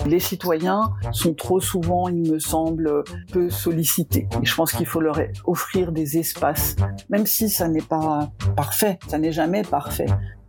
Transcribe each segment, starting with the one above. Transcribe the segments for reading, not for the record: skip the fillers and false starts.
Les citoyens sont trop souvent, il me semble, peu sollicités. Et je pense qu'il faut leur offrir des espaces, même si ça n'est pas parfait, ça n'est jamais parfait.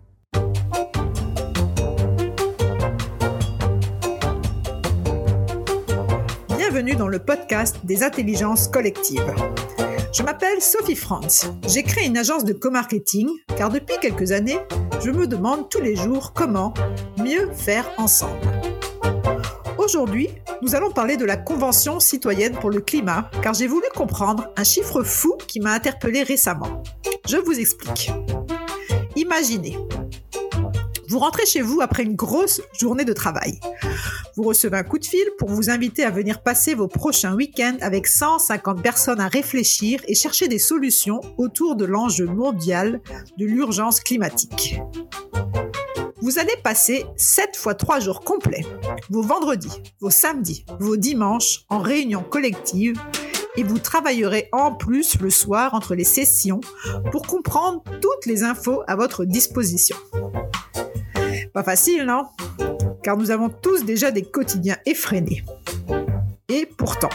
Bienvenue dans le podcast des intelligences collectives. Je m'appelle Sophie Franz. J'ai créé une agence de co-marketing car depuis quelques années, je me demande tous les jours comment mieux faire ensemble. Aujourd'hui, nous allons parler de la Convention citoyenne pour le climat car j'ai voulu comprendre un chiffre fou qui m'a interpellée récemment. Je vous explique. Imaginez, vous rentrez chez vous après une grosse journée de travail. Vous recevez un coup de fil pour vous inviter à venir passer vos prochains week-ends avec 150 personnes à réfléchir et chercher des solutions autour de l'enjeu mondial de l'urgence climatique. Vous allez passer 7 fois 3 jours complets, vos vendredis, vos samedis, vos dimanches en réunion collective et vous travaillerez en plus le soir entre les sessions pour comprendre toutes les infos à votre disposition. Pas facile, non ? Car nous avons tous déjà des quotidiens effrénés. Et pourtant,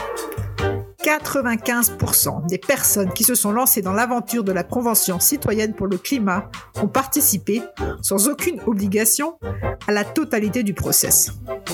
95% des personnes qui se sont lancées dans l'aventure de la Convention citoyenne pour le climat ont participé, sans aucune obligation, à la totalité du process.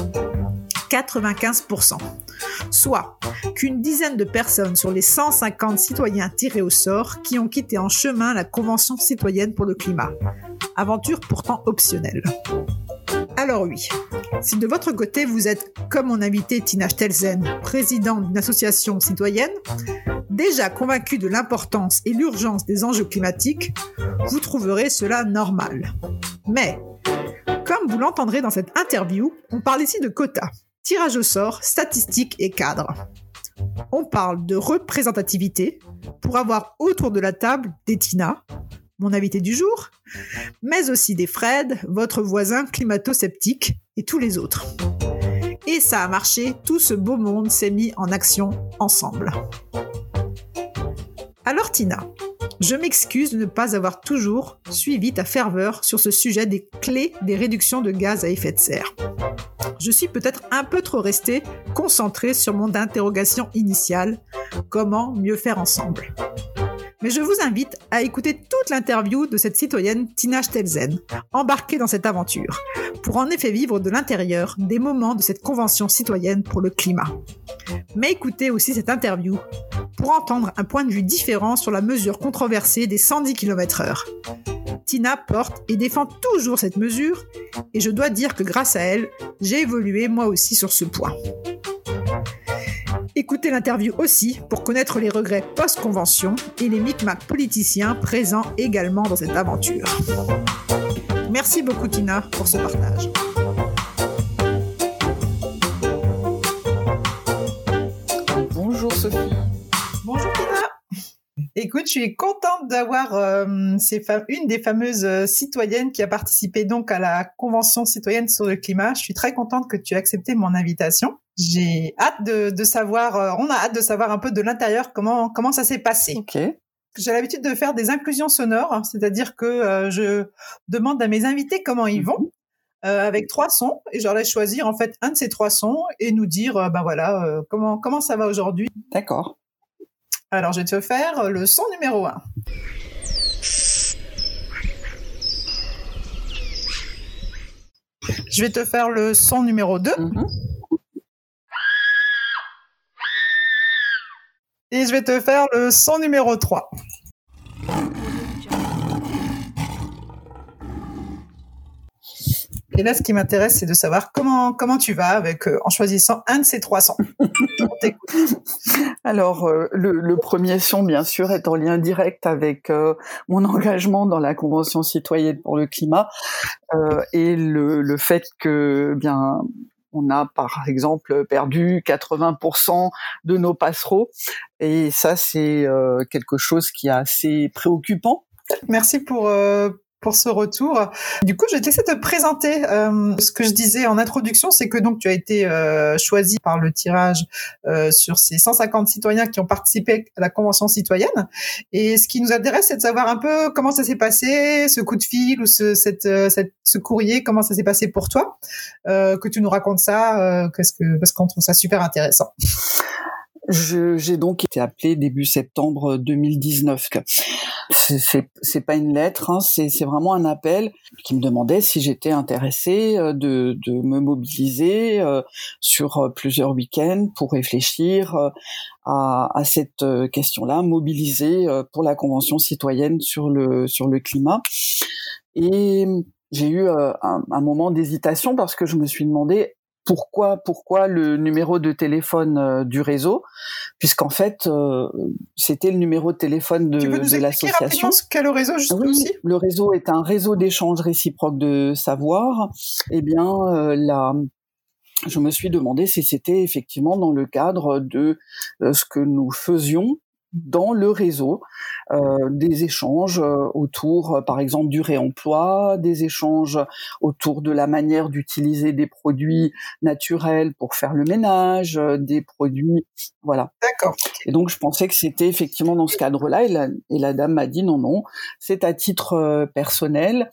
95%. Soit qu'une dizaine de personnes sur les 150 citoyens tirés au sort qui ont quitté en chemin la Convention citoyenne pour le climat. Aventure pourtant optionnelle. Alors oui, si de votre côté vous êtes, comme mon invité Tina Stelzen, présidente d'une association citoyenne, déjà convaincu de l'importance et l'urgence des enjeux climatiques, vous trouverez cela normal. Mais, comme vous l'entendrez dans cette interview, on parle ici de quotas, tirage au sort, statistiques et cadres. On parle de représentativité pour avoir autour de la table des Tina, mon invité du jour, mais aussi des Fred, votre voisin climato-sceptique et tous les autres. Et ça a marché, tout ce beau monde s'est mis en action ensemble. Alors Tina, je m'excuse de ne pas avoir toujours suivi ta ferveur sur ce sujet des clés des réductions de gaz à effet de serre. Je suis peut-être un peu trop restée concentrée sur mon interrogation initiale, comment mieux faire ensemble. Mais je vous invite à écouter toute l'interview de cette citoyenne Tina Stelzen, embarquée dans cette aventure, pour en effet vivre de l'intérieur des moments de cette Convention citoyenne pour le climat. Mais écoutez aussi cette interview pour entendre un point de vue différent sur la mesure controversée des 110 km/h. Tina porte et défend toujours cette mesure, et je dois dire que grâce à elle, j'ai évolué moi aussi sur ce point. Écoutez l'interview aussi pour connaître les regrets post-convention et les micmacs politiciens présents également dans cette aventure. Merci beaucoup Tina pour ce partage. Bonjour Sophie. Bonjour Tina. Écoute, je suis contente d'avoir une des fameuses citoyennes qui a participé donc à la Convention citoyenne sur le climat. Je suis très contente que tu aies accepté mon invitation. J'ai hâte de savoir, on a hâte de savoir un peu de l'intérieur comment ça s'est passé. Ok. J'ai l'habitude de faire des inclusions sonores, c'est-à-dire que je demande à mes invités comment ils vont avec 3 sons et je leur laisse choisir en fait un de ces 3 sons et nous dire comment ça va aujourd'hui. D'accord. Alors je vais te faire le son numéro 1. Je vais te faire le son numéro 2. Et je vais te faire le son numéro 3. Et là, ce qui m'intéresse, c'est de savoir comment tu vas avec en choisissant un de ces 3 sons. On t'écoute. Alors, le premier son, bien sûr, est en lien direct avec mon engagement dans la Convention citoyenne pour le climat et le fait que, bien, on a, par exemple, perdu 80% de nos passereaux. Et ça, c'est quelque chose qui est assez préoccupant. Merci pour pour ce retour. Du coup, je vais te laisser te présenter. Ce que je disais en introduction, c'est que donc tu as été choisi par le tirage sur ces 150 citoyens qui ont participé à la Convention citoyenne. Et ce qui nous intéresse, c'est de savoir un peu comment ça s'est passé, ce coup de fil ou ce courrier, comment ça s'est passé pour toi, que tu nous racontes ça, parce qu'on trouve ça super intéressant. J'ai donc été appelée début septembre 2019. C'est pas une lettre, hein, c'est vraiment un appel qui me demandait si j'étais intéressée de me mobiliser sur plusieurs week-ends pour réfléchir à cette question-là, mobiliser pour la Convention citoyenne sur le climat. Et j'ai eu un moment d'hésitation parce que je me suis demandé pourquoi le numéro de téléphone du réseau, puisqu'en fait c'était le numéro de téléphone de l'association. Ce qu'est le réseau juste aussi ? Le réseau est un réseau d'échange réciproque de savoir. Eh bien je me suis demandé si c'était effectivement dans le cadre de ce que nous faisions dans le réseau, des échanges autour, par exemple, du réemploi, des échanges autour de la manière d'utiliser des produits naturels pour faire le ménage, des produits, voilà. D'accord. Et donc, je pensais que c'était effectivement dans ce cadre-là, et la dame m'a dit non, c'est à titre personnel,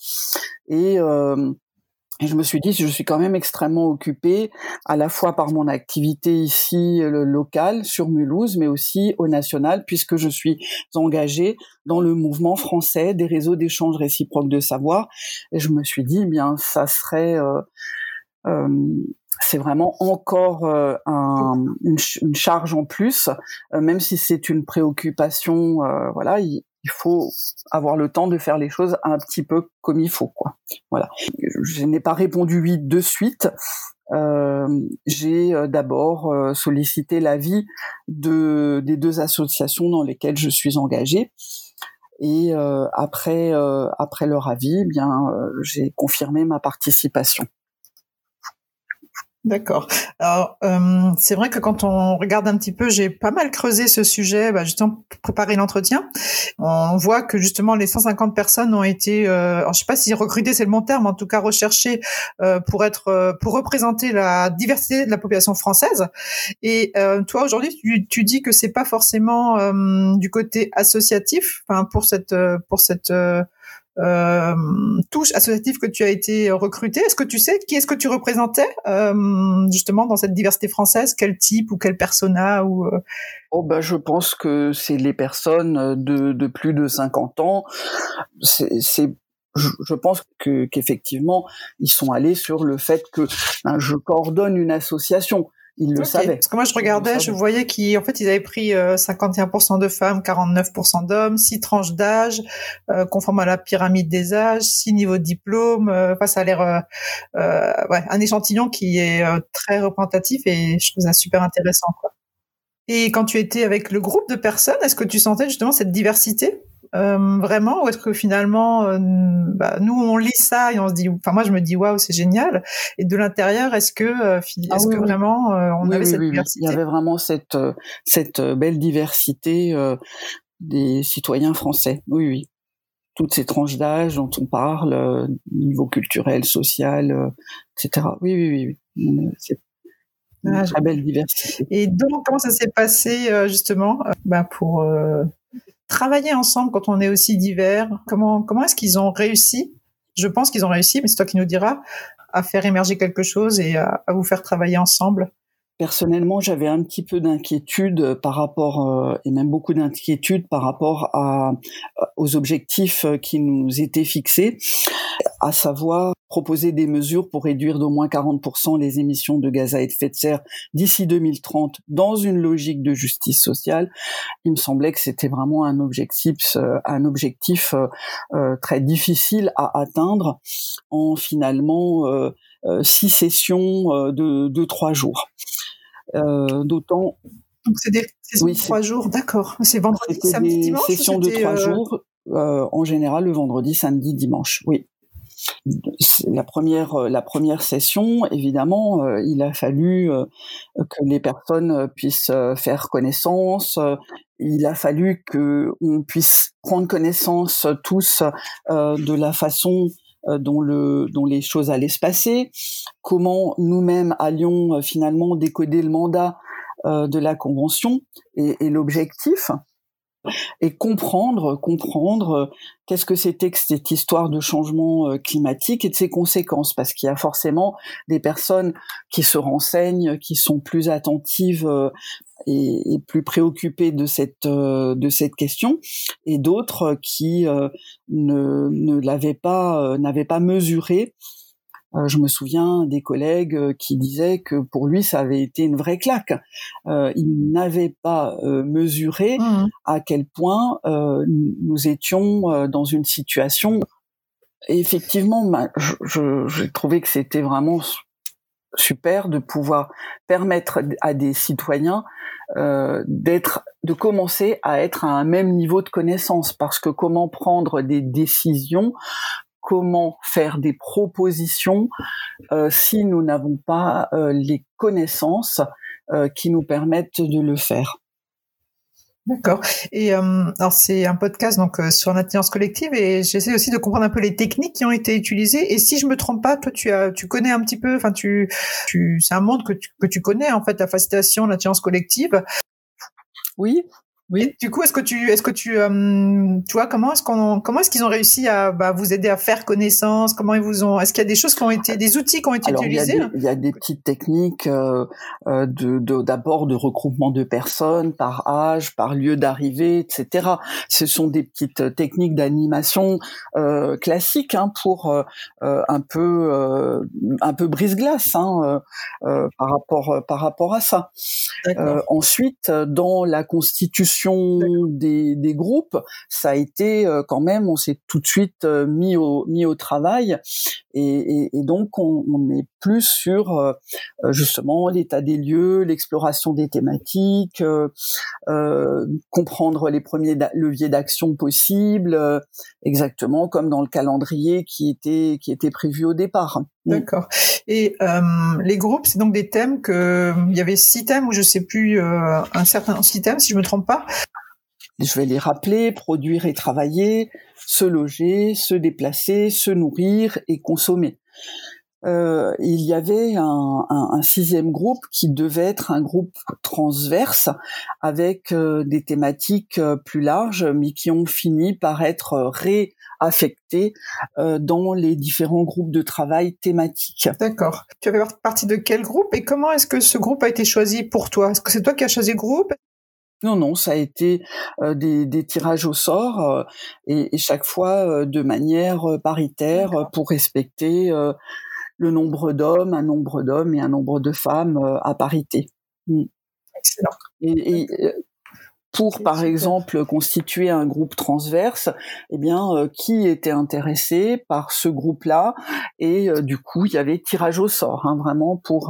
et je me suis dit, je suis quand même extrêmement occupée, à la fois par mon activité ici locale sur Mulhouse, mais aussi au national, puisque je suis engagée dans le mouvement français des réseaux d'échange réciproque de savoir. Et je me suis dit, eh bien, ça serait, c'est vraiment encore une charge en plus, même si c'est une préoccupation, voilà. Il faut avoir le temps de faire les choses un petit peu comme il faut, quoi. Voilà. Je n'ai pas répondu oui de suite. J'ai d'abord sollicité l'avis des deux associations dans lesquelles je suis engagée. Et après leur avis, j'ai confirmé ma participation. D'accord. Alors, c'est vrai que quand on regarde un petit peu, j'ai pas mal creusé ce sujet, justement pour préparer l'entretien. On voit que justement les 150 personnes ont été, alors je sais pas si recrutées c'est le bon terme, en tout cas recherchées pour représenter la diversité de la population française. Et toi aujourd'hui, tu dis que c'est pas forcément du côté associatif, enfin pour cette touche associative que tu as été recruté. Est-ce que tu sais qui est-ce que tu représentais justement dans cette diversité française? Quel type ou quel persona ou je pense que c'est les personnes de plus de 50 ans. Je pense qu'effectivement ils sont allés sur le fait que je coordonne une association. Ils le savaient. Parce que moi, je regardais, je voyais qu'ils avaient pris 51% de femmes, 49% d'hommes, 6 tranches d'âge, conforme à la pyramide des âges, 6 niveaux de diplôme. Ça a l'air un échantillon qui est très représentatif et je trouve ça super intéressant, quoi. Et quand tu étais avec le groupe de personnes, est-ce que tu sentais justement cette diversité vraiment, ou est-ce que finalement nous on lit ça et on se dit, moi je me dis waouh, c'est génial, et de l'intérieur est-ce que vraiment on avait cette diversité? Il y avait vraiment cette belle diversité des citoyens français. Oui, toutes ces tranches d'âge dont on parle, niveau culturel, social, etc. Oui. C'est une très belle diversité. Et donc comment ça s'est passé justement pour travailler ensemble quand on est aussi divers? Comment est-ce qu'ils ont réussi? Je pense qu'ils ont réussi, mais c'est toi qui nous diras, à faire émerger quelque chose et à vous faire travailler ensemble. Personnellement, j'avais un petit peu d'inquiétude par rapport, et même beaucoup d'inquiétude par rapport aux objectifs qui nous étaient fixés, à savoir proposer des mesures pour réduire d'au moins 40% les émissions de gaz à effet de serre d'ici 2030 dans une logique de justice sociale. Il me semblait que c'était vraiment un objectif très difficile à atteindre en finalement 6 sessions de 3 jours. D'autant. Donc c'est des sessions de 3 jours, d'accord. C'est vendredi, samedi, dimanche. Sessions de 3 jours, en général le vendredi, samedi, dimanche. Oui. la première session, évidemment, il a fallu que les personnes puissent faire connaissance. Il a fallu que on puisse prendre connaissance tous de la façon dont les choses allaient se passer, comment nous-mêmes allions finalement décoder le mandat de la convention et l'objectif, et comprendre qu'est-ce que c'était que cette histoire de changement climatique et de ses conséquences, parce qu'il y a forcément des personnes qui se renseignent, qui sont plus attentives et plus préoccupées de cette question, et d'autres qui n'avaient pas mesuré. Je me souviens des collègues qui disaient que pour lui, ça avait été une vraie claque. Il n'avait pas mesuré à quel point nous étions dans une situation. Et effectivement, j'ai trouvé que c'était vraiment super de pouvoir permettre à des citoyens de commencer à être à un même niveau de connaissance, parce que comment prendre des décisions, comment faire des propositions si nous n'avons pas les connaissances qui nous permettent de le faire. D'accord. Et alors c'est un podcast donc sur l'intelligence collective, et j'essaie aussi de comprendre un peu les techniques qui ont été utilisées. Et si je me trompe pas, toi tu connais un petit peu, enfin c'est un monde que tu connais en fait, la facilitation, l'intelligence collective. Oui. Et du coup, est-ce que tu vois comment est-ce qu'ils ont réussi à vous aider à faire connaissance? Est-ce qu'il y a des choses des outils qui ont été utilisés? Il y a des petites techniques d'abord de regroupement de personnes par âge, par lieu d'arrivée, etc. Ce sont des petites techniques d'animation classiques pour un peu brise-glace par rapport à ça. Ensuite, dans la constitution des groupes, ça a été quand même, on s'est tout de suite mis au travail, et donc on est plus sur justement l'état des lieux, l'exploration des thématiques, comprendre les premiers leviers d'action possibles, exactement comme dans le calendrier qui était prévu au départ. D'accord. Et les groupes, c'est donc des thèmes il y avait 6 thèmes, ou je sais plus, 6 thèmes si je me trompe pas. Je vais les rappeler: produire et travailler, se loger, se déplacer, se nourrir et consommer. Il y avait un 6e groupe qui devait être un groupe transverse avec des thématiques plus larges, mais qui ont fini par être réaffectées dans les différents groupes de travail thématiques. D'accord. Tu avais partie de quel groupe, et comment est-ce que ce groupe a été choisi pour toi? Est-ce que c'est toi qui as choisi le groupe? Non, ça a été des tirages au sort, et chaque fois de manière paritaire. D'accord. Pour respecter le nombre d'hommes, un nombre d'hommes et un nombre de femmes à parité. Excellent. Et pour, par exemple, constituer un groupe transverse, qui était intéressé par ce groupe-là, et du coup, il y avait tirage au sort, vraiment pour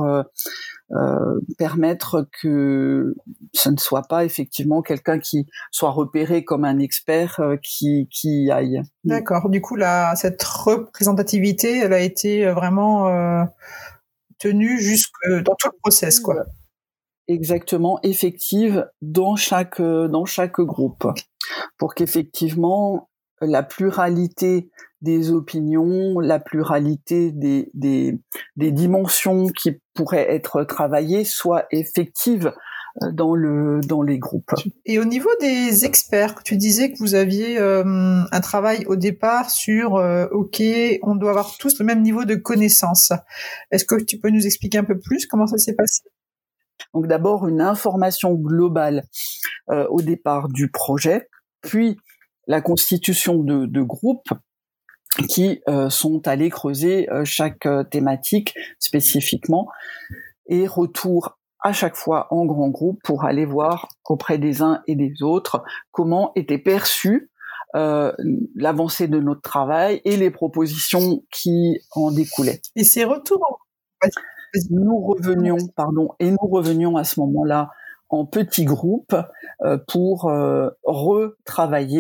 permettre que ce ne soit pas effectivement quelqu'un qui soit repéré comme un expert qui y aille. D'accord. Du coup, cette représentativité, elle a été vraiment tenue jusque dans tout le process, quoi. Exactement, effective dans chaque groupe, pour qu'effectivement la pluralité des opinions, la pluralité des dimensions qui pourraient être travaillées soit effective dans les groupes. Et au niveau des experts, tu disais que vous aviez un travail au départ sur on doit avoir tous le même niveau de connaissance. Est-ce que tu peux nous expliquer un peu plus comment ça s'est passé? Donc d'abord une information globale au départ du projet, puis la constitution de groupes qui sont allés creuser chaque thématique spécifiquement, et retour à chaque fois en grand groupe pour aller voir auprès des uns et des autres comment était perçue l'avancée de notre travail et les propositions qui en découlaient. Et ces retours, nous revenions à ce moment-là en petits groupes pour retravailler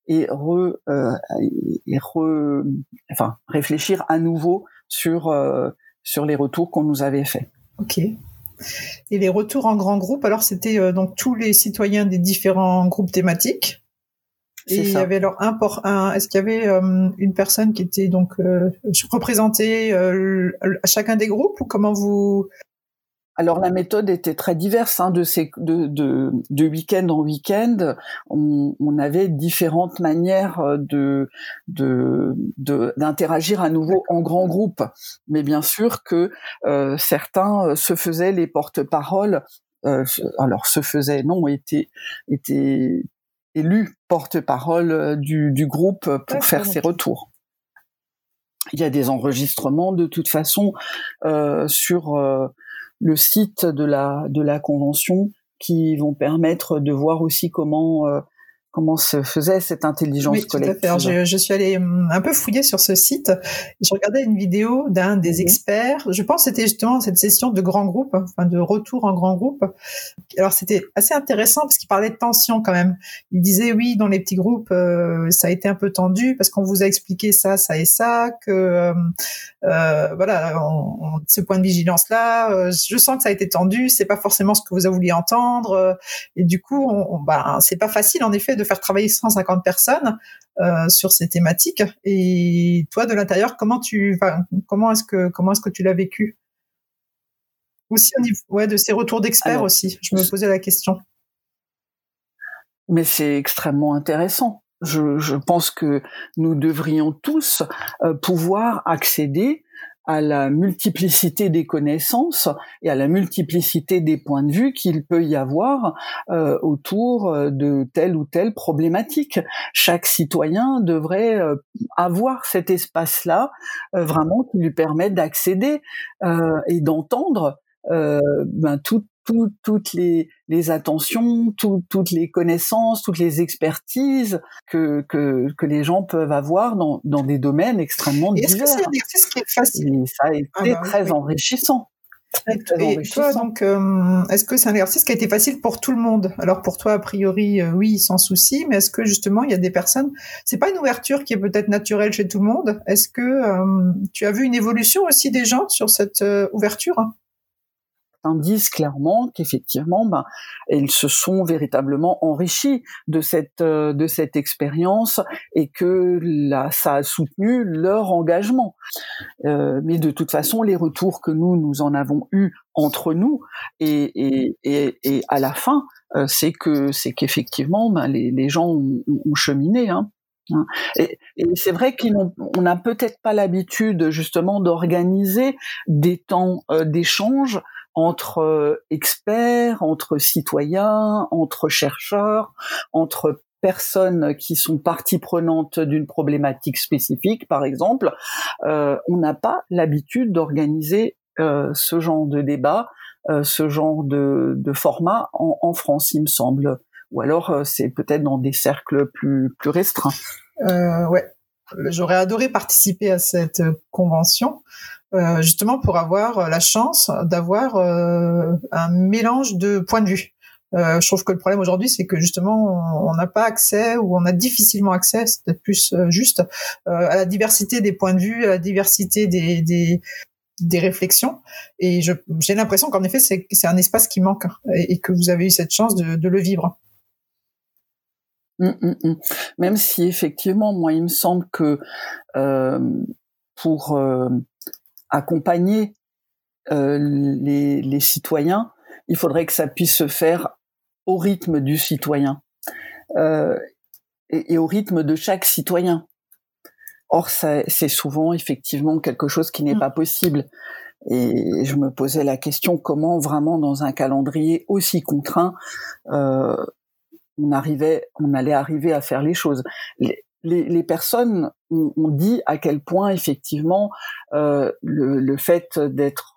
enfin réfléchir à nouveau sur les retours qu'on nous avait faits. Ok. Et les retours en grand groupe, alors c'était donc tous les citoyens des différents groupes thématiques. Et il y avait alors est-ce qu'il y avait une personne qui était donc représentée à chacun des groupes, ou comment vous... Alors la méthode était très diverse, de week-end en week-end, on avait différentes manières d'interagir à nouveau en grand groupe. Mais bien sûr que certains se faisaient les porte-parole, étaient élus porte-parole du groupe pour faire ses retours. Il y a des enregistrements de toute façon sur le site de la convention qui vont permettre de voir aussi comment se faisait cette intelligence collective. Tout à fait. Alors, je suis allée un peu fouiller sur ce site. Je regardais une vidéo d'un des experts. Je pense que c'était justement cette session de grand groupe, enfin de retour en grand groupe. Alors c'était assez intéressant parce qu'il parlait de tension quand même. Il disait oui, dans les petits groupes, ça a été un peu tendu parce qu'on vous a expliqué ça et ça, que voilà, ce point de vigilance là, je sens que ça a été tendu. C'est pas forcément ce que vous vouliez entendre, et du coup, c'est pas facile en effet de faire travailler 150 personnes sur ces thématiques. Et toi, de l'intérieur, comment est-ce que tu l'as vécu? Aussi au niveau de ces retours d'experts aussi, je me posais la question. Mais c'est extrêmement intéressant. Je pense que nous devrions tous pouvoir accéder à la multiplicité des connaissances et à la multiplicité des points de vue qu'il peut y avoir autour de telle ou telle problématique. Chaque citoyen devrait avoir cet espace-là vraiment qui lui permet d'accéder et d'entendre toutes les attentions, toutes les connaissances, toutes les expertises que les gens peuvent avoir dans des domaines extrêmement divers. Est-ce que c'est un exercice qui est facile? Et ça a été très enrichissant. Et toi, donc, est-ce que c'est un exercice qui a été facile pour tout le monde? Alors pour toi, a priori, oui, sans souci, mais est-ce que justement, il y a des personnes, c'est pas une ouverture qui est peut-être naturelle chez tout le monde? Est-ce que tu as vu une évolution aussi des gens sur cette ouverture? Disent clairement qu'effectivement, ils se sont véritablement enrichis de cette expérience et que ça a soutenu leur engagement. Mais de toute façon, les retours que nous en avons eus entre nous et à la fin, c'est qu'effectivement, les gens ont cheminé. Et c'est vrai qu'on n'a peut-être pas l'habitude justement d'organiser des temps d'échange entre experts, entre citoyens, entre chercheurs, entre personnes qui sont partie prenante d'une problématique spécifique, par exemple. On n'a pas l'habitude d'organiser ce genre de débat, ce genre de format en France, il me semble. Ou alors c'est peut-être dans des cercles plus restreints. Ouais, j'aurais adoré participer à cette convention, justement pour avoir la chance d'avoir un mélange de points de vue. Je trouve que le problème aujourd'hui, c'est que justement, on n'a pas accès, ou on a difficilement accès, c'est peut-être plus juste, à la diversité des points de vue, à la diversité des réflexions. Et j'ai l'impression qu'en effet, c'est un espace qui manque, et que vous avez eu cette chance de le vivre. Même si effectivement, moi, il me semble que pour accompagner les citoyens, il faudrait que ça puisse se faire au rythme du citoyen et au rythme de chaque citoyen. Or, c'est souvent effectivement quelque chose qui n'est pas possible. Et je me posais la question, comment vraiment dans un calendrier aussi contraint on allait arriver à faire les choses. Les personnes ont dit à quel point effectivement le fait d'être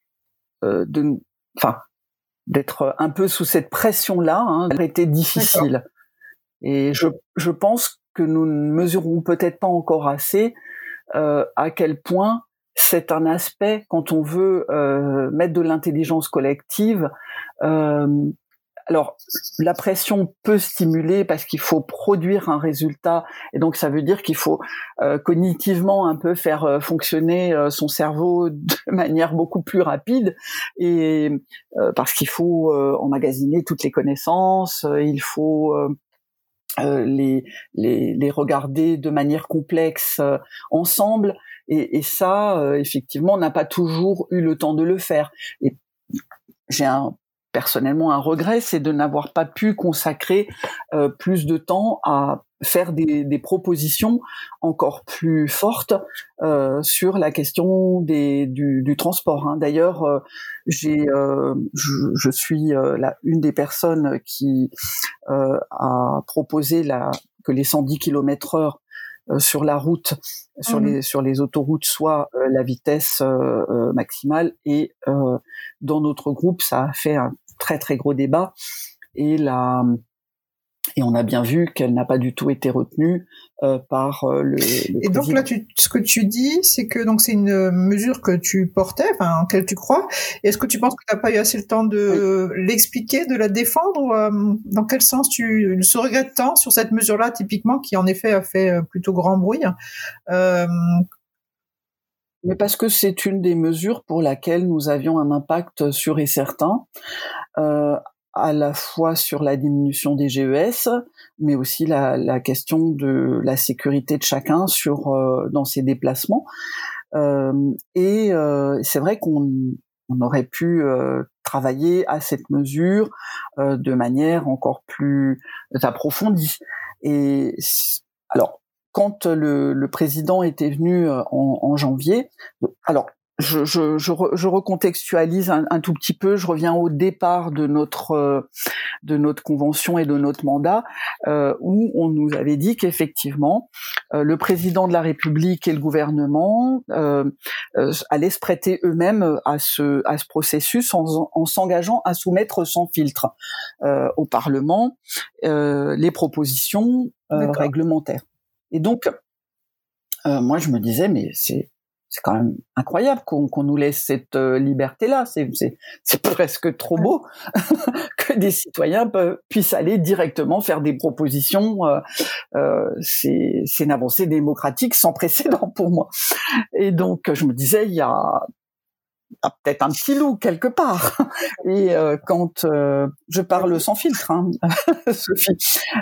un peu sous cette pression-là était difficile. D'accord. Et je pense que nous ne mesurons peut-être pas encore assez à quel point c'est un aspect, quand on veut mettre de l'intelligence collective, alors, la pression peut stimuler parce qu'il faut produire un résultat, et donc ça veut dire qu'il faut cognitivement un peu faire fonctionner son cerveau de manière beaucoup plus rapide, et parce qu'il faut emmagasiner toutes les connaissances, il faut les regarder de manière complexe ensemble, et ça, effectivement, on n'a pas toujours eu le temps de le faire. Et j'ai personnellement un regret, c'est de n'avoir pas pu consacrer plus de temps à faire des propositions encore plus fortes sur la question du transport. D'ailleurs, je suis une des personnes qui a proposé que les 110 km/h sur la route, sur les autoroutes, soit la vitesse maximale, et dans notre groupe, ça a fait un très très gros débat, et on a bien vu qu'elle n'a pas du tout été retenue par le Et donc là, ce que tu dis, c'est que donc c'est une mesure que tu portais, enfin, en laquelle tu crois. Est-ce que tu penses que tu n'as pas eu assez le temps de l'expliquer, de la défendre? Dans quel sens tu se regrettes tant sur cette mesure-là, typiquement, qui en effet a fait plutôt grand bruit? Mais parce que c'est une des mesures pour laquelle nous avions un impact sûr et certain, à la fois sur la diminution des GES, mais aussi la question de la sécurité de chacun dans ses déplacements. Et c'est vrai qu'on aurait pu travailler à cette mesure de manière encore plus approfondie. Et alors, quand le président était venu en janvier, alors je recontextualise un tout petit peu, je reviens au départ de notre convention et de notre mandat, où on nous avait dit qu'effectivement le président de la République et le gouvernement allaient se prêter eux-mêmes à ce processus en s'engageant à soumettre sans filtre au Parlement les propositions réglementaires. Et donc moi je me disais, mais c'est quand même incroyable qu'on nous laisse cette liberté-là. C'est presque trop beau que des citoyens puissent aller directement faire des propositions. C'est une avancée démocratique sans précédent pour moi. Et donc je me disais, il y a peut-être un petit loup quelque part. Et quand je parle sans filtre, Sophie,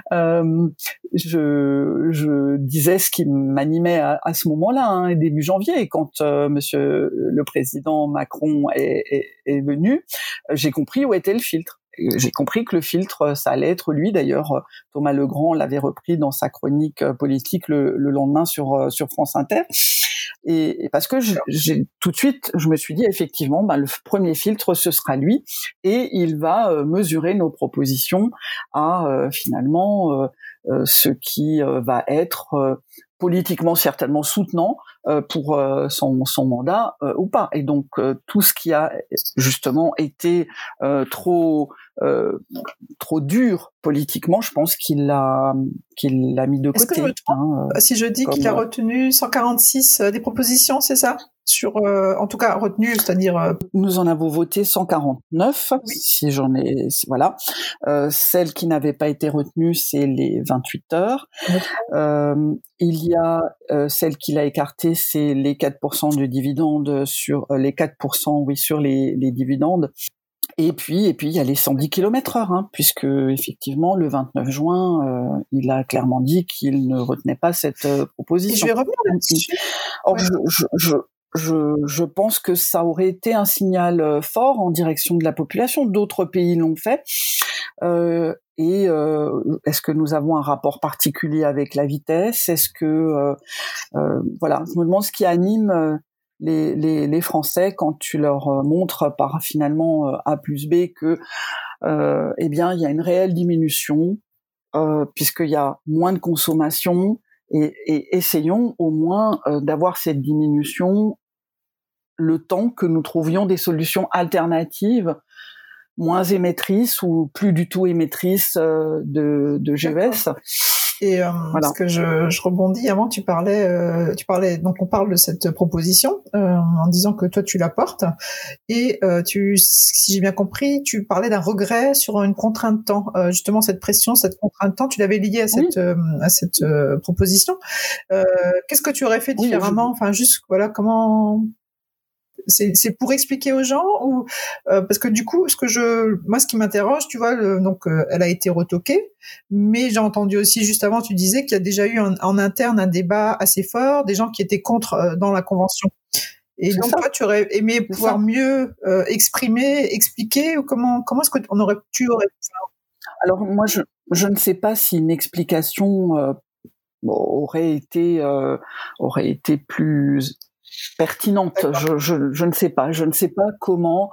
je disais ce qui m'animait à ce moment-là, début janvier, et quand Monsieur le Président Macron est venu, j'ai compris où était le filtre. J'ai compris que le filtre, ça allait être lui. D'ailleurs, Thomas Legrand l'avait repris dans sa chronique politique le lendemain sur France Inter. Et parce que j'ai tout de suite, je me suis dit effectivement, le premier filtre, ce sera lui, et il va mesurer nos propositions à finalement ce qui va être politiquement certainement soutenant pour son mandat ou pas. Et donc tout ce qui a justement été trop dur politiquement, je pense qu'il l'a mis de côté. Est-ce que je me trompe si je dis qu'il a retenu 146 des propositions, c'est ça? En tout cas retenu, c'est-à-dire nous en avons voté 149, oui. Si j'en ai, voilà. Celles qui n'avaient pas été retenues, c'est les 28 heures. Il y a celle qu'il a écartée, c'est les 4% de dividendes sur les 4%, oui, sur les dividendes. Et puis il y a les 110 km/h, puisque effectivement le 29 juin, il a clairement dit qu'il ne retenait pas cette proposition. Et je vais revenir là-dessus. Or, je pense que ça aurait été un signal fort en direction de la population. D'autres pays l'ont fait. Est-ce que nous avons un rapport particulier avec la vitesse? Est-ce que voilà, je me demande ce qui anime les Français quand tu leur montres par finalement A plus B que eh bien il y a une réelle diminution puisqu'il y a moins de consommation, et essayons au moins d'avoir cette diminution le temps que nous trouvions des solutions alternatives moins émettrices ou plus du tout émettrices de GES. Et Voilà. parce que je rebondis, avant tu parlais, donc on parle de cette proposition en disant que toi tu la portes, et si j'ai bien compris, tu parlais d'un regret sur une contrainte de temps. Justement, cette pression, cette contrainte de temps, tu l'avais liée à cette proposition. Qu'est-ce que tu aurais fait différemment? Enfin, juste voilà, comment... C'est pour expliquer aux gens, ou parce que du coup, moi, ce qui m'interroge, tu vois, elle a été retoquée, mais j'ai entendu aussi juste avant, tu disais qu'il y a déjà eu en interne un débat assez fort, des gens qui étaient contre dans la convention. Et donc toi, tu aurais aimé pouvoir mieux expliquer, ou comment est-ce que tu aurais fait ça? Alors moi, je ne sais pas si une explication aurait été plus pertinente. Je ne sais pas. Je ne sais pas comment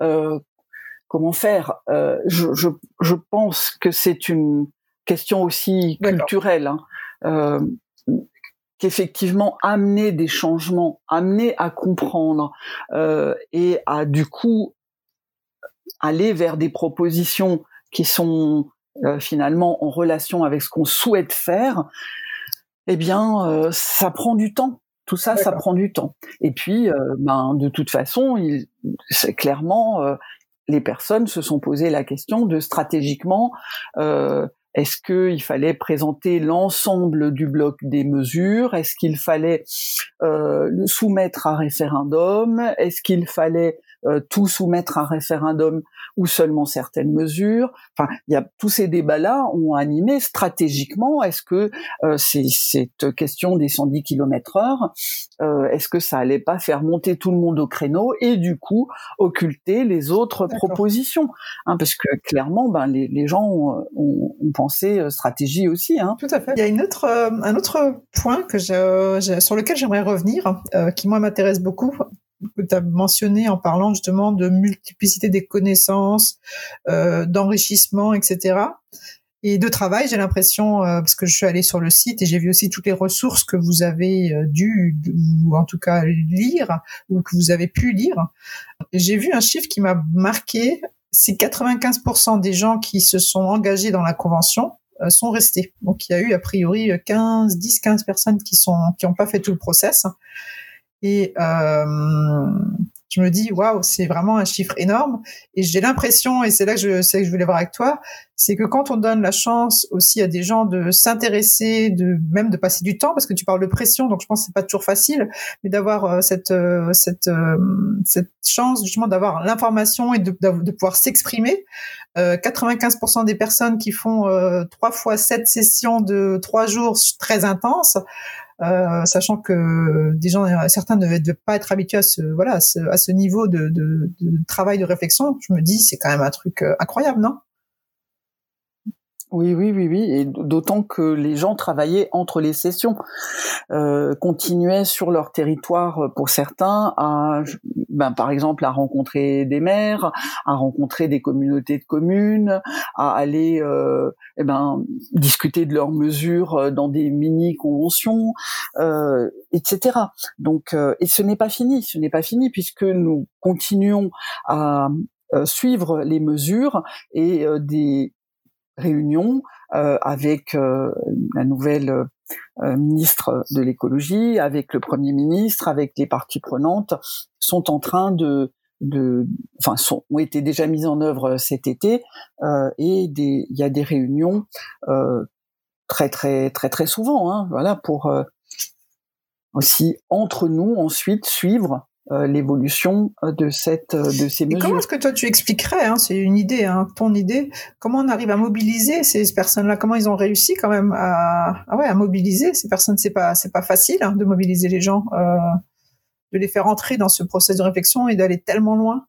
faire. Je pense que c'est une question aussi culturelle. Qu'effectivement, amener des changements, amener à comprendre et à du coup aller vers des propositions qui sont finalement en relation avec ce qu'on souhaite faire, eh bien, ça prend du temps. Tout ça, ça prend du temps. Et puis, de toute façon, c'est clairement, les personnes se sont posé la question de stratégiquement, est-ce qu'il fallait présenter l'ensemble du bloc des mesures? Est-ce qu'il fallait le soumettre à référendum? Est-ce qu'il fallait tout soumettre à référendum ou seulement certaines mesures? Enfin, il y a tous ces débats-là ont animé stratégiquement. Est-ce que cette question des 110 km/h, est-ce que ça allait pas faire monter tout le monde au créneau et du coup occulter les autres propositions, hein, parce que clairement, les gens ont pensé stratégie aussi. Hein. Tout à fait. Il y a un autre point sur lequel j'aimerais revenir, qui moi m'intéresse beaucoup, que tu as mentionné en parlant justement de multiplicité des connaissances, d'enrichissement, etc. Et de travail, j'ai l'impression, parce que je suis allée sur le site et j'ai vu aussi toutes les ressources que vous avez dû, ou en tout cas lire, ou que vous avez pu lire. Et j'ai vu un chiffre qui m'a marqué, c'est 95% des gens qui se sont engagés dans la convention sont restés. Donc il y a eu a priori 15 personnes qui ont pas fait tout le process. Et je me dis waouh, c'est vraiment un chiffre énorme. Et j'ai l'impression, et c'est là que je voulais voir avec toi, c'est que quand on donne la chance aussi à des gens de s'intéresser, même de passer du temps, parce que tu parles de pression, donc je pense que c'est pas toujours facile, mais d'avoir cette chance justement d'avoir l'information et de pouvoir s'exprimer. 95% des personnes qui font 3 fois 7 sessions de 3 jours très intenses, sachant que certains ne devaient pas être habitués à ce niveau de travail de réflexion, je me dis c'est quand même un truc incroyable, non? Oui, et d'autant que les gens travaillaient entre les sessions, continuaient sur leur territoire pour certains par exemple à rencontrer des maires, à rencontrer des communautés de communes, à aller discuter de leurs mesures dans des mini-conventions, etc. Donc, et ce n'est pas fini puisque nous continuons à suivre les mesures et des réunions avec la nouvelle ministre de l'écologie, avec le Premier ministre, avec les parties prenantes, sont en train ont été déjà mises en œuvre cet été, et il y a des réunions très très très très souvent, hein, voilà, pour aussi entre nous ensuite suivre l'évolution de ces mesures. Et comment est-ce que toi tu expliquerais, c'est une idée, ton idée, comment on arrive à mobiliser ces personnes-là, comment ils ont réussi quand même à mobiliser ces personnes? C'est pas facile de mobiliser les gens, de les faire entrer dans ce processus de réflexion et d'aller tellement loin.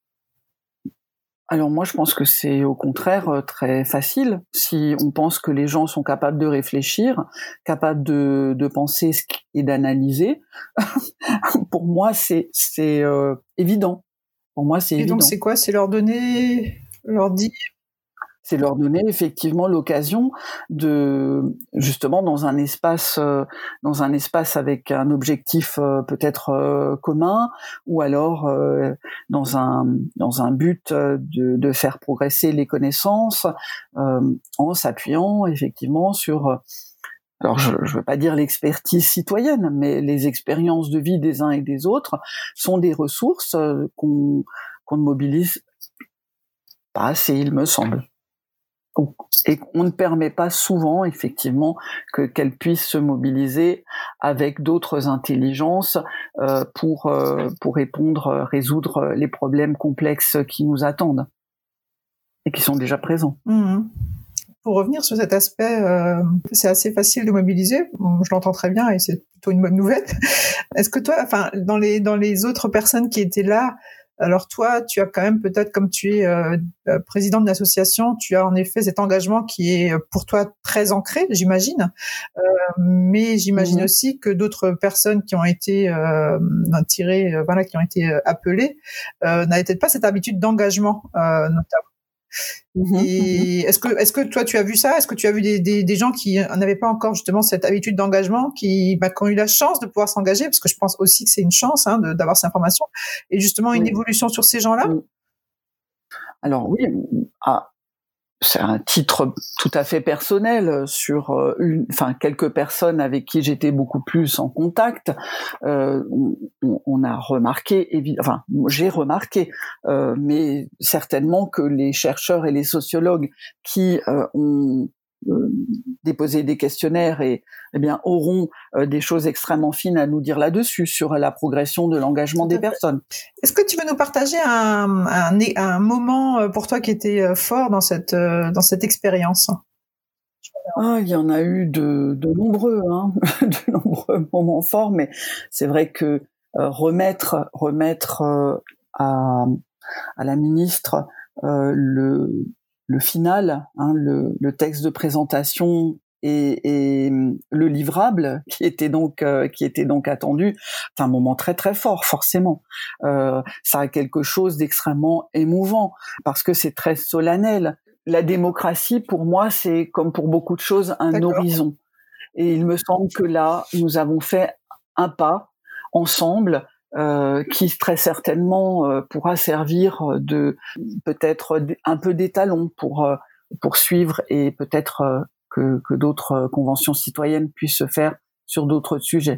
Alors moi, je pense que c'est au contraire très facile. Si on pense que les gens sont capables de réfléchir, capables de penser et d'analyser, pour moi, c'est évident. Pour moi, c'est évident. Et donc, c'est quoi? C'est leur dire C'est leur donner effectivement l'occasion de, justement, dans un espace avec un objectif peut-être commun, ou alors dans un but de faire progresser les connaissances, en s'appuyant effectivement sur, alors je veux pas dire l'expertise citoyenne, mais les expériences de vie des uns et des autres sont des ressources qu'on ne mobilise pas assez, il me semble. Et on ne permet pas souvent, effectivement, qu'elles puissent se mobiliser avec d'autres intelligences pour résoudre les problèmes complexes qui nous attendent et qui sont déjà présents. Mmh. Pour revenir sur cet aspect, c'est assez facile de mobiliser. Je l'entends très bien et c'est plutôt une bonne nouvelle. Est-ce que toi, enfin, dans les autres personnes qui étaient là, alors toi, tu as quand même peut-être, comme tu es président de l'association, tu as en effet cet engagement qui est pour toi très ancré, j'imagine. Mais j'imagine aussi que d'autres personnes qui ont été tirées, qui ont été appelées, n'avaient peut-être pas cette habitude d'engagement, notamment. Et est-ce que toi tu as vu ça? Est-ce que tu as vu des gens qui n'avaient pas encore justement cette habitude d'engagement, qui ont eu la chance de pouvoir s'engager, parce que je pense aussi que c'est une chance d'avoir cette information, et justement une évolution sur ces gens-là? Alors oui, c'est un titre tout à fait personnel sur quelques personnes avec qui j'étais beaucoup plus en contact. On a remarqué, j'ai remarqué, mais certainement que les chercheurs et les sociologues qui ont déposé des questionnaires auront des choses extrêmement fines à nous dire là-dessus, sur la progression de l'engagement des personnes. Est-ce que tu veux nous partager un moment pour toi qui était fort dans cette expérience? Il y en a eu de nombreux, de nombreux moments forts, mais c'est vrai que remettre à la ministre le final, le texte de présentation et le livrable qui était donc attendu, c'est un moment très très fort, forcément. Ça a quelque chose d'extrêmement émouvant parce que c'est très solennel. La démocratie, pour moi, c'est, comme pour beaucoup de choses, un horizon. Et il me semble que là, nous avons fait un pas ensemble qui très certainement pourra servir de peut-être un peu d'étalon pour suivre, et peut-être que d'autres conventions citoyennes puissent se faire sur d'autres sujets.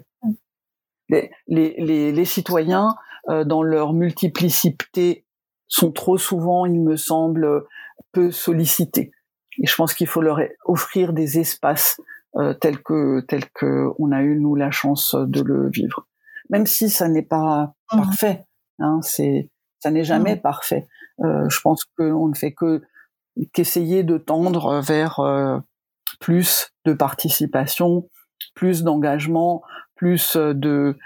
Les citoyens, dans leur multiplicité, sont trop souvent, il me semble, peu sollicités. Et je pense qu'il faut leur offrir des espaces tels que on a eu, nous, la chance de le vivre. Même si ça n'est pas parfait, ça n'est jamais parfait. Je pense qu'on ne fait qu'essayer de tendre vers plus de participation, plus d'engagement, plus de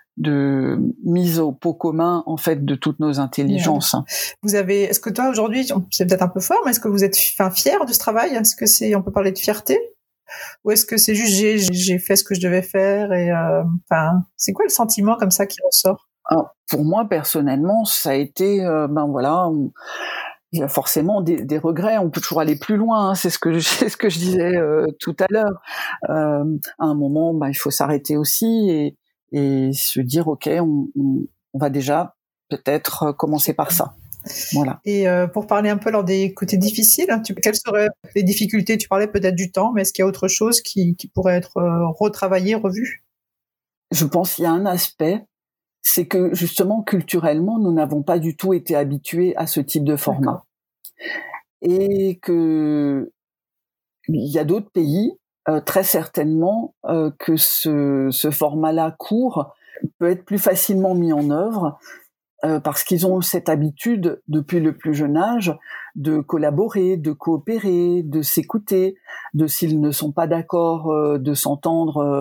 mise au pot commun, en fait, de toutes nos intelligences. Est-ce que toi, aujourd'hui, c'est peut-être un peu fort, mais est-ce que vous êtes fier de ce travail? Est-ce que on peut parler de fierté? Ou est-ce que c'est juste j'ai fait ce que je devais faire, et c'est quoi le sentiment comme ça qui ressort? Alors, pour moi, personnellement, ça a été, il y a forcément des regrets. On peut toujours aller plus loin. C'est ce que je disais tout à l'heure. À un moment, il faut s'arrêter aussi et se dire, ok, on va déjà peut-être commencer par ça. Voilà. Et pour parler un peu alors des côtés difficiles, quelles seraient les difficultés? Tu parlais peut-être du temps, mais est-ce qu'il y a autre chose qui pourrait être retravaillé, revu? Je pense qu'il y a un aspect, c'est que justement culturellement, nous n'avons pas du tout été habitués à ce type de format. Et que il y a d'autres pays, très certainement, que ce format-là court peut être plus facilement mis en œuvre, parce qu'ils ont cette habitude depuis le plus jeune âge de collaborer, de coopérer, de s'écouter, de, s'ils ne sont pas d'accord, de s'entendre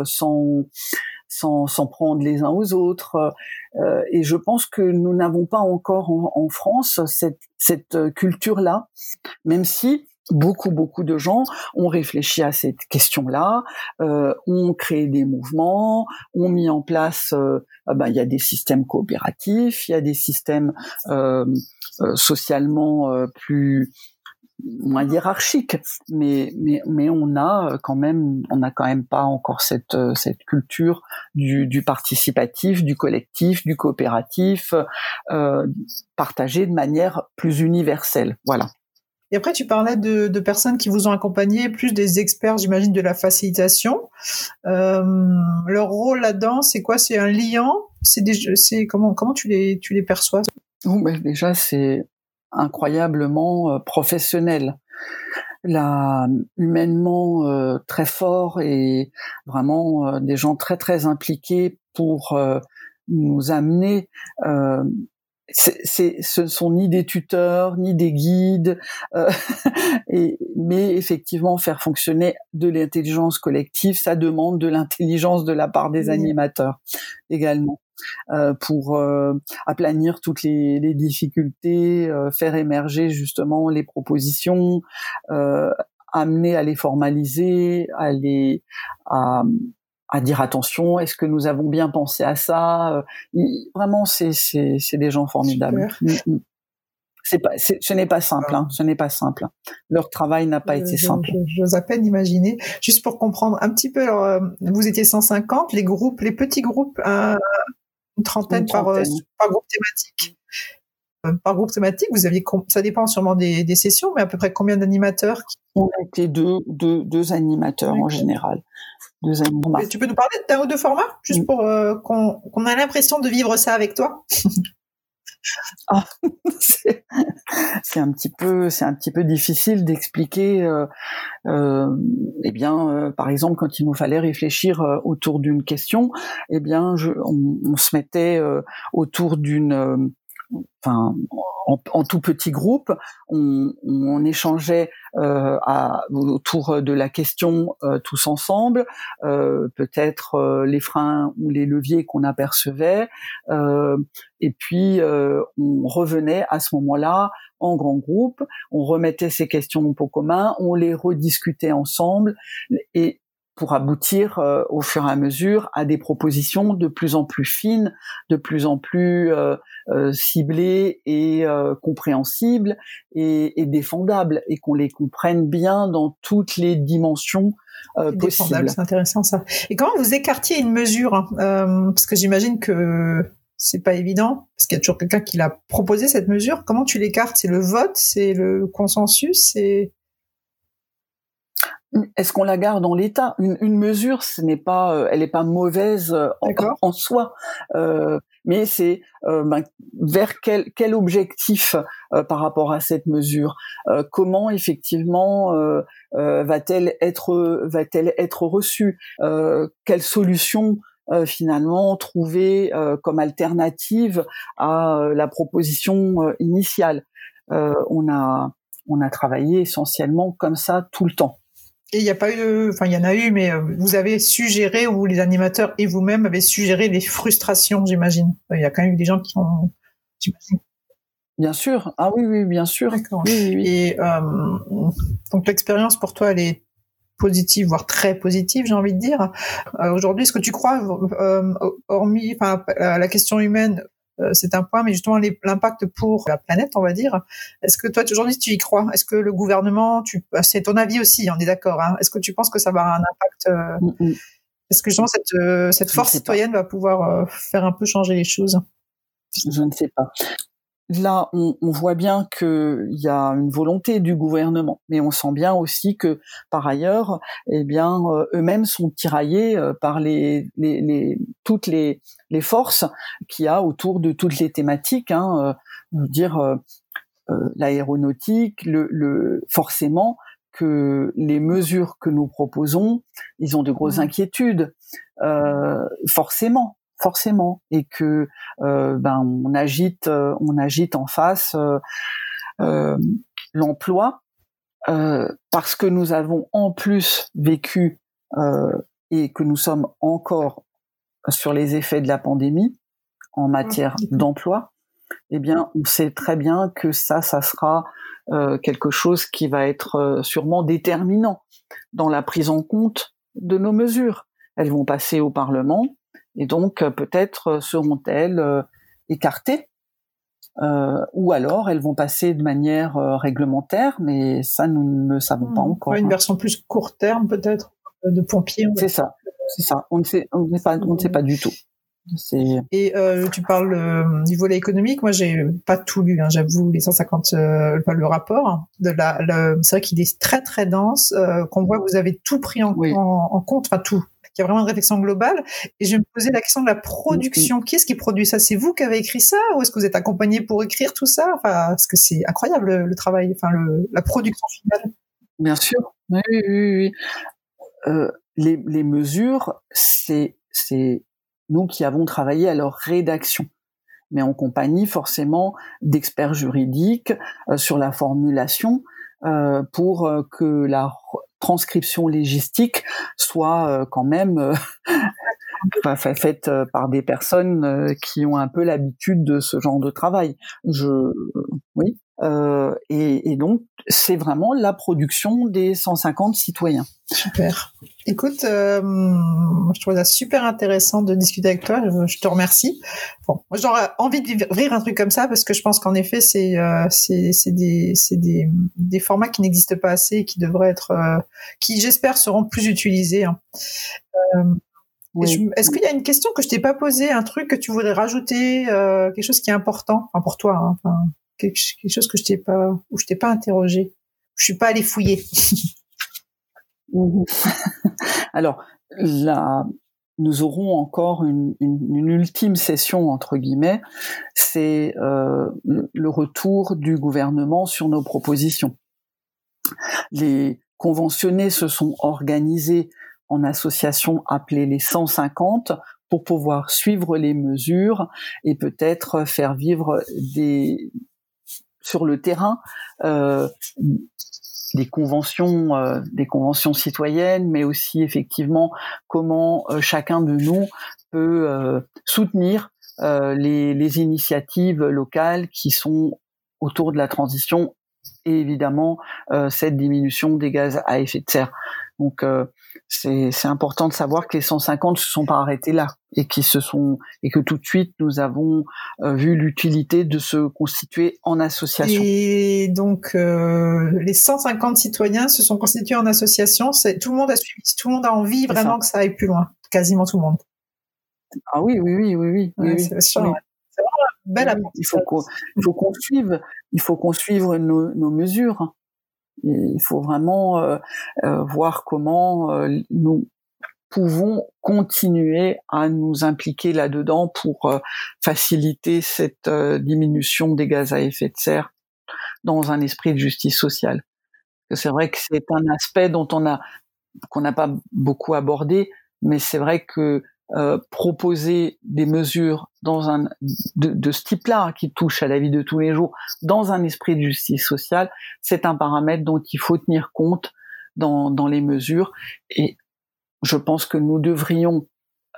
sans prendre les uns aux autres. Et je pense que nous n'avons pas encore en France cette culture-là, même si beaucoup de gens ont réfléchi à cette question-là, ont créé des mouvements, ont mis en place, il y a des systèmes coopératifs, il y a des systèmes socialement plus moins hiérarchique, mais on a quand même pas encore cette culture du participatif, du collectif, du coopératif, partagé de manière plus universelle. Voilà. Et après, tu parlais de personnes qui vous ont accompagné, plus des experts, j'imagine, de la facilitation. Leur rôle là-dedans, c'est quoi? C'est un liant? Comment tu les perçois? Ben déjà, c'est incroyablement professionnel. Là, humainement très fort et vraiment des gens très très impliqués pour nous amener. Ce sont ni des tuteurs ni des guides, mais effectivement faire fonctionner de l'intelligence collective, ça demande de l'intelligence de la part des animateurs également. Pour aplanir toutes les difficultés, faire émerger justement les propositions, amener à les formaliser, à dire attention, est-ce que nous avons bien pensé à ça? Vraiment, c'est des gens formidables. Ce n'est pas simple, hein, ce n'est pas simple. Leur travail n'a pas été simple. J'ose à peine imaginer. Juste pour comprendre un petit peu, alors, vous étiez 150, les petits groupes, une trentaine. Par groupe thématique. Par groupe thématique, vous aviez, ça dépend sûrement des sessions, mais à peu près combien d'animateurs? On a été deux animateurs en général. Mais tu peux nous parler d'un ou deux formats, juste pour qu'on ait l'impression de vivre ça avec toi? C'est un petit peu difficile d'expliquer. Par exemple, quand il nous fallait réfléchir autour d'une question, on se mettait autour d'une en tout petit groupe, on échangeait autour de la question tous ensemble, peut-être les freins ou les leviers qu'on apercevait, et puis on revenait à ce moment-là en grand groupe, on remettait ces questions au pot commun, on les rediscutait ensemble, et pour aboutir au fur et à mesure à des propositions de plus en plus fines, de plus en plus ciblées et compréhensibles et défendables, et qu'on les comprenne bien dans toutes les dimensions possibles. C'est intéressant ça. Et comment vous écartiez une mesure, parce que j'imagine que c'est pas évident, parce qu'il y a toujours quelqu'un qui l'a proposé cette mesure. Comment tu l'écartes? C'est le vote? C'est le consensus? Est-ce qu'on la garde en l'état? Une mesure, elle n'est pas mauvaise en soi, mais c'est vers quel objectif par rapport à cette mesure, comment effectivement va-t-elle être reçue, quelle solution finalement trouver comme alternative à la proposition initiale. On a travaillé essentiellement comme ça tout le temps. Et il y en a eu, mais vous avez suggéré, ou les animateurs et vous-même avez suggéré les frustrations, j'imagine. Il y a quand même eu des gens qui ont, j'imagine. Bien sûr. Ah oui, bien sûr. D'accord. Oui. Et donc l'expérience pour toi, elle est positive, voire très positive, j'ai envie de dire. Aujourd'hui, est-ce que tu crois, hormis la question humaine, c'est un point, mais justement l'impact pour la planète, on va dire. Est-ce que toi, aujourd'hui, tu y crois? Est-ce que le gouvernement, c'est ton avis aussi, on est d'accord, hein? Est-ce que tu penses que ça va avoir un impact Est-ce que justement cette force citoyenne va pouvoir faire un peu changer les choses? Je ne sais pas. Là, on voit bien qu'il y a une volonté du gouvernement, mais on sent bien aussi que, par ailleurs, eux-mêmes sont tiraillés par toutes les forces qu'il y a autour de toutes les thématiques. L'aéronautique, forcément que les mesures que nous proposons, ils ont de grosses inquiétudes, forcément, et que on agite en face l'emploi, parce que nous avons en plus vécu et que nous sommes encore sur les effets de la pandémie en matière d'emploi. On sait très bien que ça sera quelque chose qui va être sûrement déterminant dans la prise en compte de nos mesures. Elles vont passer au Parlement, et donc peut-être seront-elles écartées ou alors elles vont passer de manière réglementaire, mais ça nous ne le savons pas encore. Une version plus court terme peut-être de pompier. C'est ça. On ne sait pas du tout. Et tu parles du volet économique. Moi, j'ai pas tout lu, hein, j'avoue, les 150, le rapport c'est vrai qu'il est très très dense. Qu'on voit que vous avez tout pris en compte, enfin tout. Il y a vraiment une réflexion globale. Et je me posais la question de la production. Qui est-ce qui produit ça? C'est vous qui avez écrit ça, ou est-ce que vous êtes accompagné pour écrire tout ça? Enfin, parce que c'est incroyable le travail, enfin la production finale. Bien sûr. Oui. Les mesures, c'est nous qui avons travaillé à leur rédaction, mais en compagnie forcément d'experts juridiques sur la formulation pour que la transcription légistique soit quand même faite par des personnes qui ont un peu l'habitude de ce genre de travail. Oui. Et donc, c'est vraiment la production des 150 citoyens. Super. Écoute, je trouve ça super intéressant de discuter avec toi. Je te remercie. Bon, moi, j'aurais envie d'ouvrir un truc comme ça parce que je pense qu'en effet, c'est des formats qui n'existent pas assez et qui devraient être, qui j'espère seront plus utilisés. Hein. Oui. Est-ce qu'il y a une question que je t'ai pas posée, un truc que tu voudrais rajouter, quelque chose qui est important, enfin pour toi, hein, enfin, quelque chose que je t'ai pas interrogé, je suis pas allée fouiller. Alors là, nous aurons encore une ultime session entre guillemets, c'est le retour du gouvernement sur nos propositions. Les conventionnés se sont organisés en association appelée les 150 pour pouvoir suivre les mesures et peut-être faire vivre sur le terrain des conventions citoyennes, mais aussi effectivement comment chacun de nous peut soutenir les initiatives locales qui sont autour de la transition et évidemment cette diminution des gaz à effet de serre. Donc c'est important de savoir que les 150 se sont pas arrêtés là et que tout de suite nous avons vu l'utilité de se constituer en association. Et donc les 150 citoyens se sont constitués en association. Tout le monde a suivi, tout le monde a envie vraiment que ça aille plus loin. Quasiment tout le monde. Ah oui. C'est sûr. Oui. C'est vraiment une belle apprentissage. Il faut qu'on suive nos mesures. Il faut vraiment voir comment nous pouvons continuer à nous impliquer là-dedans pour faciliter cette diminution des gaz à effet de serre dans un esprit de justice sociale. C'est vrai que c'est un aspect qu'on n'a pas beaucoup abordé, mais c'est vrai que proposer des mesures de ce type-là qui touchent à la vie de tous les jours dans un esprit de justice sociale, c'est un paramètre dont il faut tenir compte dans les mesures. Et je pense que nous devrions,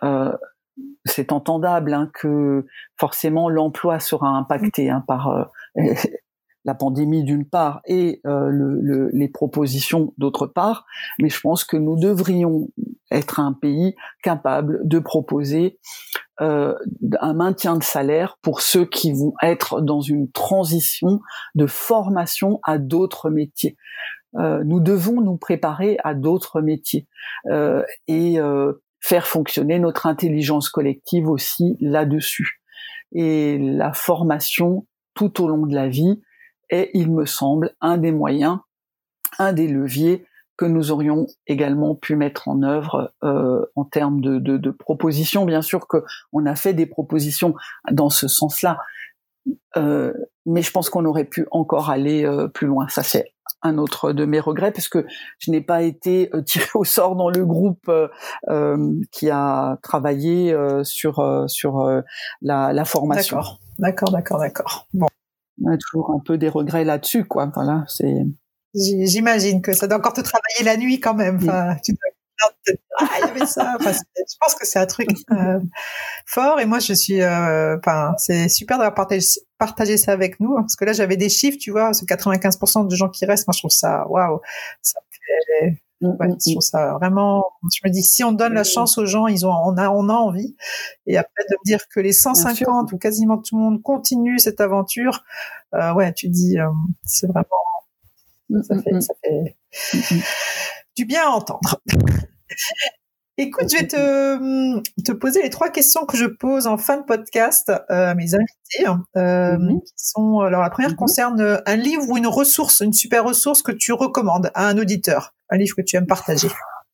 c'est entendable que forcément l'emploi sera impacté par la pandémie d'une part et les propositions d'autre part, mais je pense que nous devrions être un pays capable de proposer un maintien de salaire pour ceux qui vont être dans une transition de formation à d'autres métiers. Nous devons nous préparer à d'autres métiers et faire fonctionner notre intelligence collective aussi là-dessus. Et la formation tout au long de la vie est, il me semble, un des moyens, un des leviers que nous aurions également pu mettre en œuvre en termes de propositions. Bien sûr qu'on a fait des propositions dans ce sens-là, mais je pense qu'on aurait pu encore aller plus loin. Ça, c'est un autre de mes regrets, parce que je n'ai pas été tirée au sort dans le groupe qui a travaillé sur la formation. D'accord. Bon. On a toujours un peu des regrets là-dessus, quoi. Voilà, c'est. J'imagine que ça doit encore te travailler la nuit quand même. Enfin, tu dois te dire, il y avait ça. Enfin, je pense que c'est un truc fort. Et moi, je suis. C'est super d'avoir partagé ça avec nous, hein, parce que là, j'avais des chiffres, tu vois, c'est 95% de gens qui restent. Moi, je trouve ça, waouh, ça me fait Ouais, je trouve ça vraiment. Je me dis, si on donne la chance aux gens, on a envie. Et après de me dire que les 150 ou quasiment tout le monde continue cette aventure, ouais, tu dis, c'est vraiment, ça fait du bien à entendre. Écoute, je vais te poser les 3 questions que je pose en fin de podcast à mes invités. Qui sont, alors la première concerne un livre ou une ressource, une super ressource que tu recommandes à un auditeur, un livre que tu aimes partager.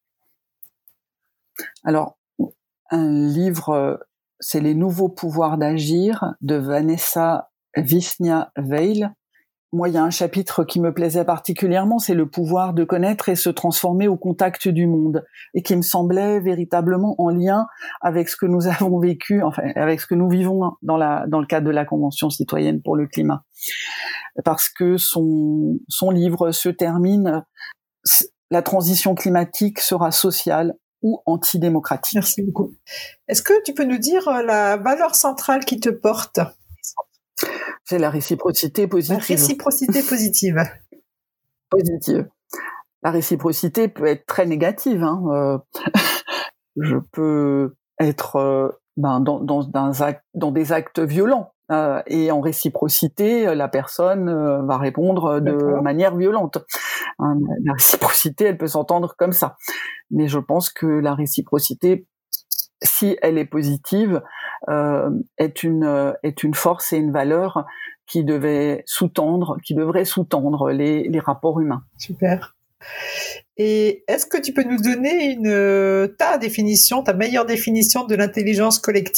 Alors, un livre, c'est Les Nouveaux pouvoirs d'agir de Vanessa Wisnia-Weil. Moi, il y a un chapitre qui me plaisait particulièrement, c'est le pouvoir de connaître et se transformer au contact du monde, et qui me semblait véritablement en lien avec ce que nous avons vécu, enfin, avec ce que nous vivons dans le cadre de la Convention citoyenne pour le climat. Parce que son livre se termine, la transition climatique sera sociale ou antidémocratique. Merci beaucoup. Est-ce que tu peux nous dire la valeur centrale qui te porte ? C'est la réciprocité positive. La réciprocité positive. Positive. La réciprocité peut être très négative. Je peux être dans des actes violents. Et en réciprocité, la personne va répondre de manière violente. La réciprocité, elle peut s'entendre comme ça. Mais je pense que la réciprocité, si elle est positive, est une force et une valeur qui devrait sous-tendre les rapports humains. Super. Et est-ce que tu peux nous donner ta meilleure définition de l'intelligence collective ?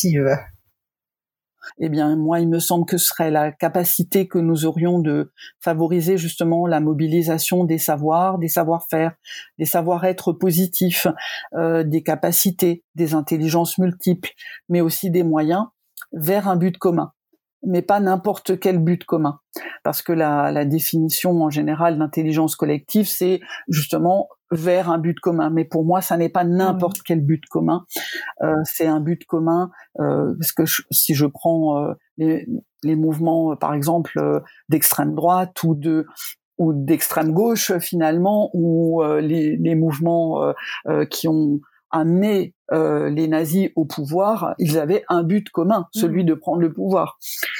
Eh bien, moi, il me semble que ce serait la capacité que nous aurions de favoriser justement la mobilisation des savoirs, des savoir-faire, des savoir-être positifs, des capacités, des intelligences multiples, mais aussi des moyens vers un but commun. Mais pas n'importe quel but commun. Parce que la définition en général d'intelligence collective, c'est justement vers un but commun. Mais pour moi, ça n'est pas n'importe quel but commun. C'est un but commun, parce que si je prends les mouvements, par exemple, d'extrême droite ou d'extrême gauche, finalement, ou les mouvements qui ont amené les nazis au pouvoir, ils avaient un but commun, celui de prendre le pouvoir.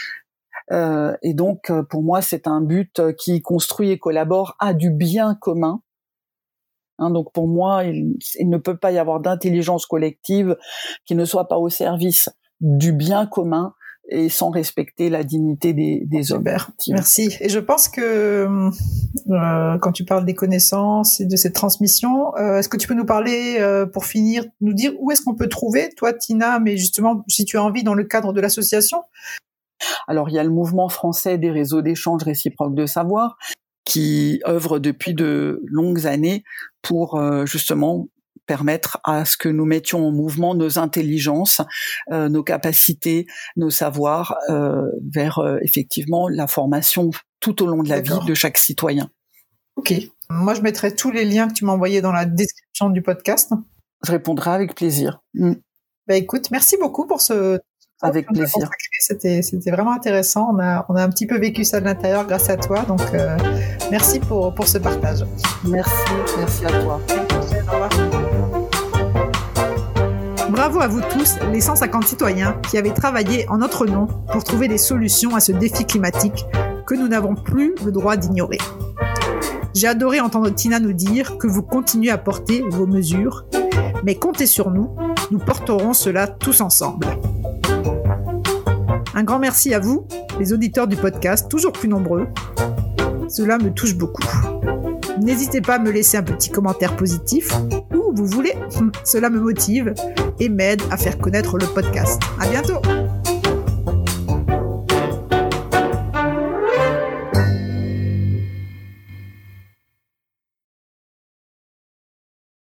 Et donc, pour moi, c'est un but qui construit et collabore à du bien commun. Donc, pour moi, il ne peut pas y avoir d'intelligence collective qui ne soit pas au service du bien commun et sans respecter la dignité des hommes. Merci. Et je pense que quand tu parles des connaissances et de cette transmission, est-ce que tu peux nous parler, pour finir, nous dire où est-ce qu'on peut trouver, toi, Tina, mais justement, si tu as envie, dans le cadre de l'association ? Alors, il y a le mouvement français des réseaux d'échange réciproque de savoir qui œuvre depuis de longues années pour justement permettre à ce que nous mettions en mouvement nos intelligences, nos capacités, nos savoirs vers effectivement la formation tout au long de la vie de chaque citoyen. Ok. Moi, je mettrai tous les liens que tu m'as envoyés dans la description du podcast. Je répondrai avec plaisir. Écoute, merci beaucoup pour ce... Avec plaisir. C'était vraiment intéressant. On a un petit peu vécu ça de l'intérieur grâce à toi. Donc, merci pour ce partage. Merci à toi. Au revoir. Bravo à vous tous, les 150 citoyens qui avaient travaillé en notre nom pour trouver des solutions à ce défi climatique que nous n'avons plus le droit d'ignorer. J'ai adoré entendre Tina nous dire que vous continuez à porter vos mesures, mais comptez sur nous, nous porterons cela tous ensemble. Un grand merci à vous, les auditeurs du podcast, toujours plus nombreux. Cela me touche beaucoup. N'hésitez pas à me laisser un petit commentaire positif, où vous voulez. Cela me motive et m'aide à faire connaître le podcast. À bientôt!